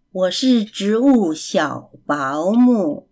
我是植物小保姆。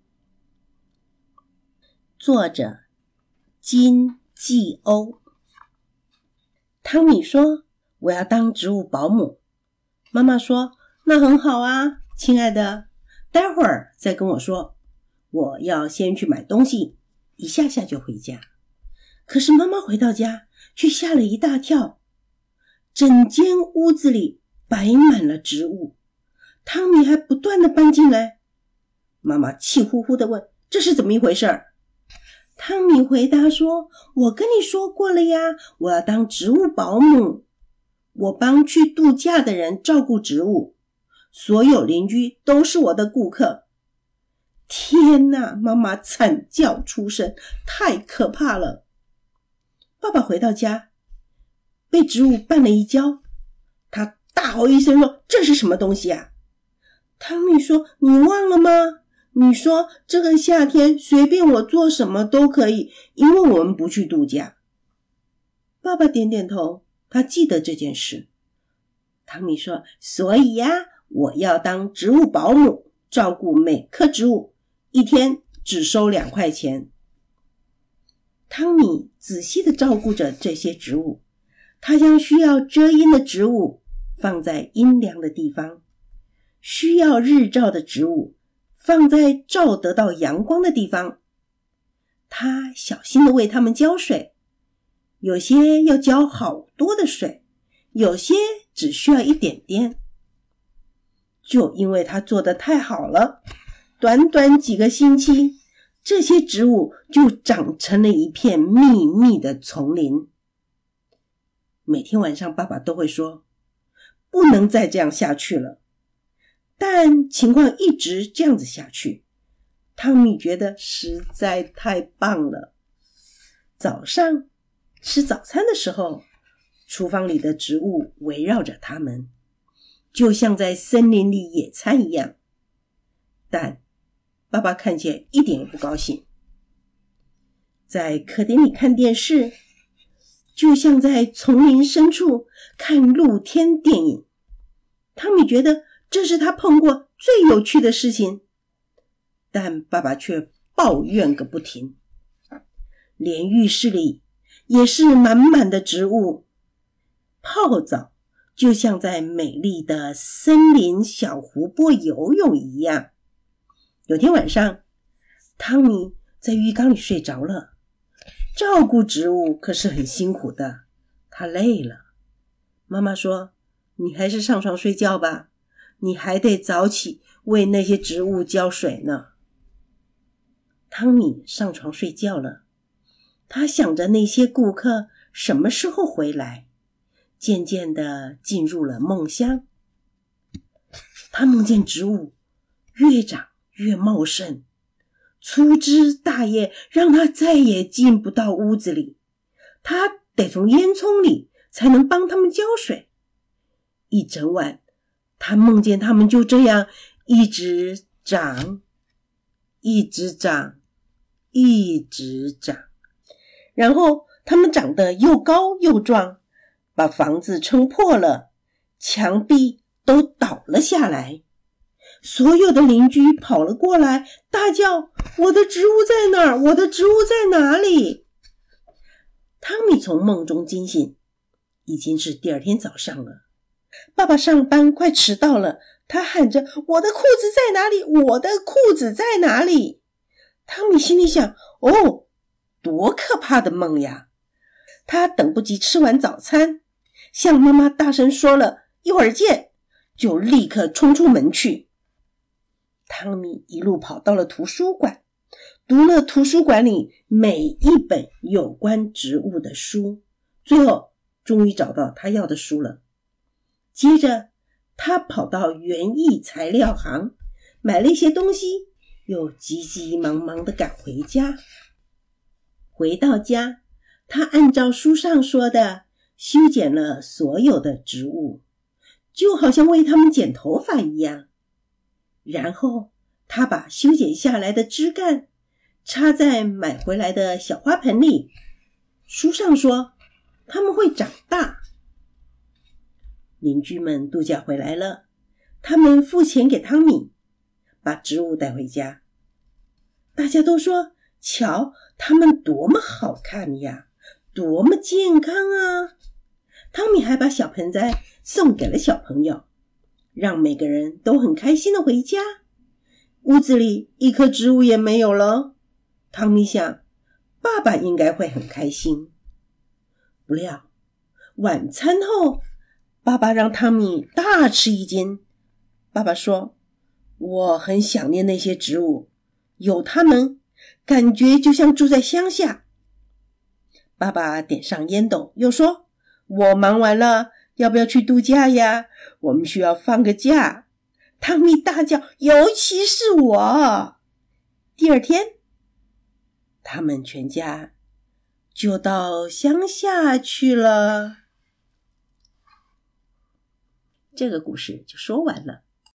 作者金继欧。汤米说，我要当植物保姆。妈妈说，那很好啊，亲爱的，待会儿再跟我说，我要先去买东西，一下下就回家。可是妈妈回到家却吓了一大跳，整间屋子里摆满了植物，汤米还不断地搬进来。妈妈气呼呼地问，这是怎么一回事？汤米回答说，我跟你说过了呀，我要当植物保姆，我帮去度假的人照顾植物，所有邻居都是我的顾客。天哪，妈妈惨叫出声，太可怕了。爸爸回到家，被植物绊了一跤，他大吼一声说，这是什么东西啊？汤米说，你忘了吗？你说这个夏天随便我做什么都可以，因为我们不去度假。爸爸点点头，他记得这件事。汤米说，所以呀，我要当植物保姆，照顾每棵植物，一天只收2块钱。汤米仔细地照顾着这些植物，他将需要遮阴的植物放在阴凉的地方，需要日照的植物放在照得到阳光的地方。他小心地为它们浇水，有些要浇好多的水，有些只需要一点点。就因为他做得太好了，短短几个星期，这些植物就长成了一片密密的丛林。每天晚上爸爸都会说，不能再这样下去了。但情况一直这样子下去，汤米觉得实在太棒了。早上吃早餐的时候，厨房里的植物围绕着他们，就像在森林里野餐一样。但爸爸看起来一点也不高兴。在客厅里看电视，就像在丛林深处看露天电影。汤米觉得这是他碰过最有趣的事情，但爸爸却抱怨个不停。连浴室里也是满满的植物，泡澡就像在美丽的森林小湖泊游泳一样。有天晚上，汤米在浴缸里睡着了。照顾植物可是很辛苦的，他累了。妈妈说，你还是上床睡觉吧，你还得早起为那些植物浇水呢。汤米上床睡觉了，他想着那些顾客什么时候回来，渐渐地进入了梦乡。他梦见植物越长越茂盛，粗枝大叶让他再也进不到屋子里，他得从烟囱里才能帮他们浇水。一整晚，他梦见他们就这样一直长，一直长，一直长，然后他们长得又高又壮，把房子撑破了，墙壁都倒了下来。所有的邻居跑了过来，大叫，我的植物在哪儿？我的植物在哪里？汤米从梦中惊醒，已经是第二天早上了。爸爸上班快迟到了，他喊着，我的裤子在哪里？我的裤子在哪里？汤米心里想，哦，多可怕的梦呀！他等不及吃完早餐，向妈妈大声说了，一会儿见，就立刻冲出门去。汤米一路跑到了图书馆，读了图书馆里每一本有关植物的书，最后终于找到他要的书了。接着他跑到园艺材料行，买了一些东西，又急急忙忙地赶回家。回到家，他按照书上说的修剪了所有的植物，就好像为它们剪头发一样。然后他把修剪下来的枝干插在买回来的小花盆里，书上说它们会长大。邻居们度假回来了， 他们付钱给汤米，把植物带回家。大家都说，瞧，它们多么好看呀，多么健康啊！汤米还把小盆栽送给了小朋友，让每个人都很开心的回家。屋子里一棵植物也没有了。汤米想，爸爸应该会很开心。不料，晚餐后，爸爸让汤米大吃一惊。爸爸说，我很想念那些植物，有它们，感觉就像住在乡下。爸爸点上烟斗，又说，我忙完了，要不要去度假呀？我们需要放个假。汤米大叫，尤其是我。第二天，他们全家就到乡下去了。这个故事就说完了。